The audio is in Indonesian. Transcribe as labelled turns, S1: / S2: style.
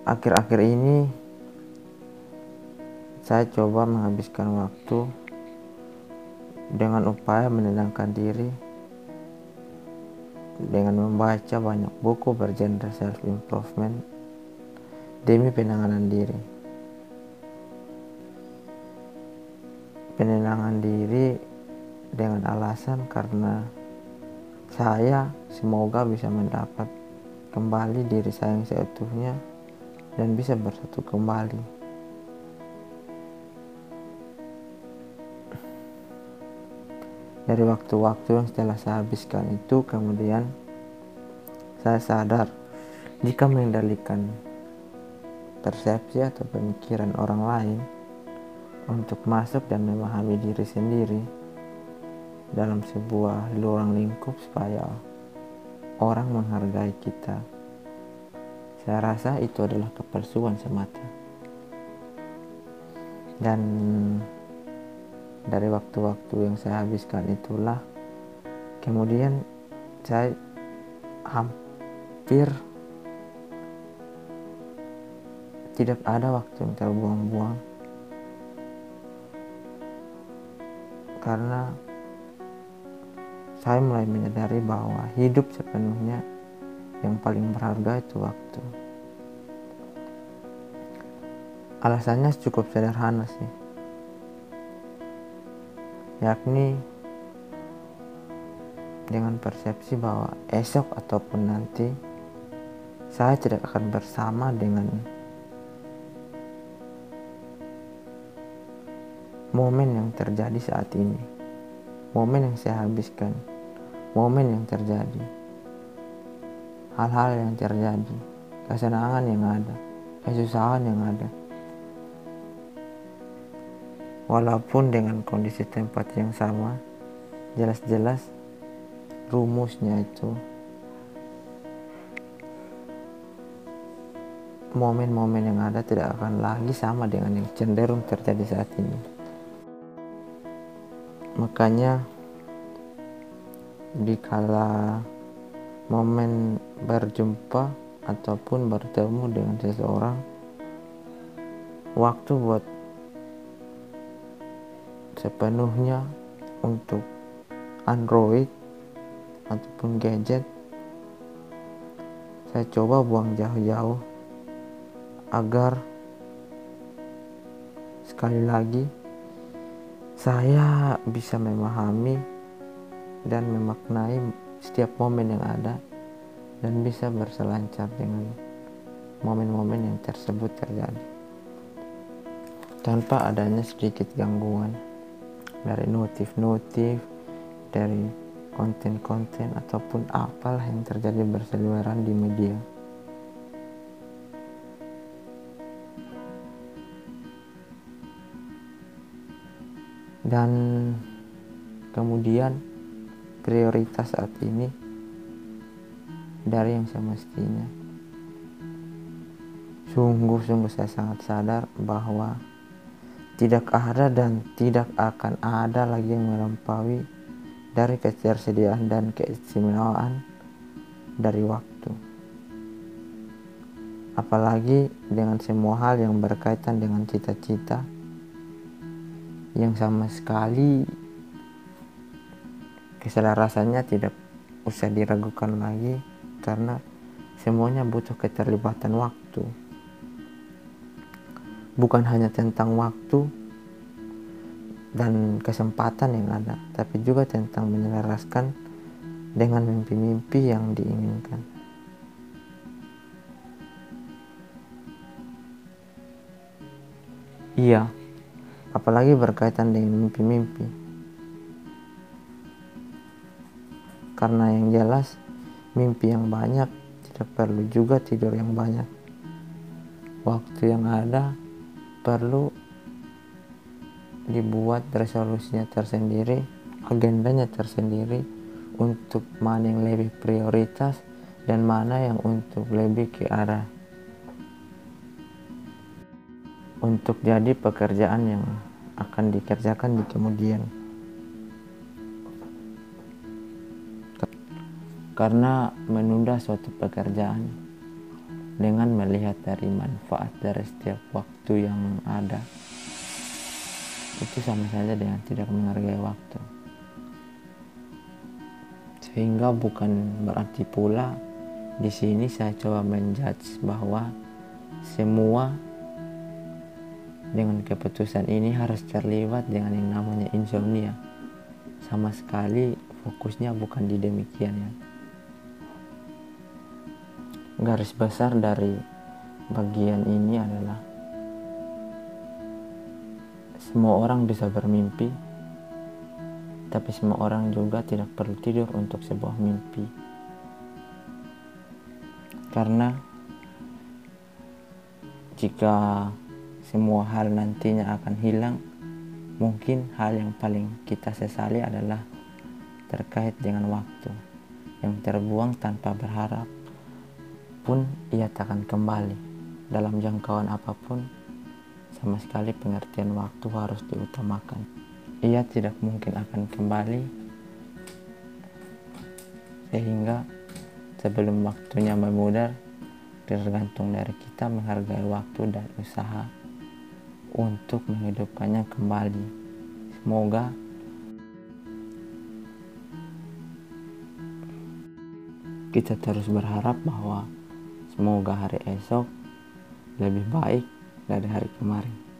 S1: akhir-akhir ini saya coba menghabiskan waktu dengan upaya menenangkan diri dengan membaca banyak buku bergenre self improvement demi penanganan diri. Penenangan diri dengan alasan karena saya semoga bisa mendapat kembali diri saya yang seutuhnya dan bisa bersatu kembali. Dari waktu-waktu yang setelah saya habiskan itu, kemudian saya sadar jika mengendalikan persepsi atau pemikiran orang lain untuk masuk dan memahami diri sendiri dalam sebuah ruang lingkup supaya orang menghargai kita, saya rasa itu adalah kepalsuan semata. Dan dari waktu-waktu yang saya habiskan itulah kemudian saya hampir tidak ada waktu yang terbuang-buang, karena saya mulai menyadari bahwa hidup sepenuhnya yang paling berharga itu waktu. Alasannya cukup sederhana sih, yakni dengan persepsi bahwa esok ataupun nanti saya tidak akan bersama dengan momen yang terjadi saat ini, momen yang saya habiskan, momen yang terjadi, hal-hal yang terjadi, kesenangan yang ada, kesusahan yang ada. Walaupun dengan kondisi tempat yang sama, jelas-jelas rumusnya itu momen-momen yang ada tidak akan lagi sama dengan yang cenderung terjadi saat ini. Makanya dikala momen berjumpa ataupun bertemu dengan seseorang, waktu buat sepenuhnya untuk Android ataupun gadget saya coba buang jauh-jauh agar sekali lagi saya bisa memahami dan memaknai setiap momen yang ada dan bisa berselancar dengan momen-momen yang tersebut terjadi tanpa adanya sedikit gangguan dari notif-notif, dari konten-konten ataupun apalah yang terjadi berseliweran di media. Dan kemudian prioritas saat ini dari yang semestinya sungguh-sungguh saya sangat sadar bahwa tidak ada dan tidak akan ada lagi yang melampaui dari ketersediaan dan keistimewaan dari waktu. Apalagi dengan semua hal yang berkaitan dengan cita-cita yang sama sekali keselarasannya tidak usah diragukan lagi, karena semuanya butuh keterlibatan waktu. Bukan hanya tentang waktu dan kesempatan yang ada, tapi juga tentang menyelaraskan dengan mimpi-mimpi yang diinginkan. Iya, apalagi berkaitan dengan mimpi-mimpi. Karena yang jelas, mimpi yang banyak tidak perlu juga tidur yang banyak. Waktu yang ada perlu dibuat resolusinya tersendiri, agendanya tersendiri untuk mana yang lebih prioritas dan mana yang untuk lebih ke arah untuk jadi pekerjaan yang akan dikerjakan di kemudian. Karena menunda suatu pekerjaan dengan melihat dari manfaat dari setiap waktu yang ada, itu sama saja dengan tidak menghargai waktu. Sehingga bukan berarti pula di sini saya coba menjudge bahwa semua dengan keputusan ini harus terlibat dengan yang namanya insomnia. Sama sekali fokusnya bukan di demikian ya. Garis besar dari bagian ini adalah semua orang bisa bermimpi, tapi semua orang juga tidak perlu tidur untuk sebuah mimpi. Karena jika semua hal nantinya akan hilang, mungkin hal yang paling kita sesali adalah terkait dengan waktu yang terbuang tanpa berharap pun ia takkan kembali. Dalam jangkauan apapun, sama sekali pengertian waktu harus diutamakan. Ia tidak mungkin akan kembali, sehingga sebelum waktunya memudar, tergantung dari kita menghargai waktu dan usaha untuk menghidupkannya kembali. Semoga kita terus berharap bahwa semoga hari esok lebih baik dari hari kemarin.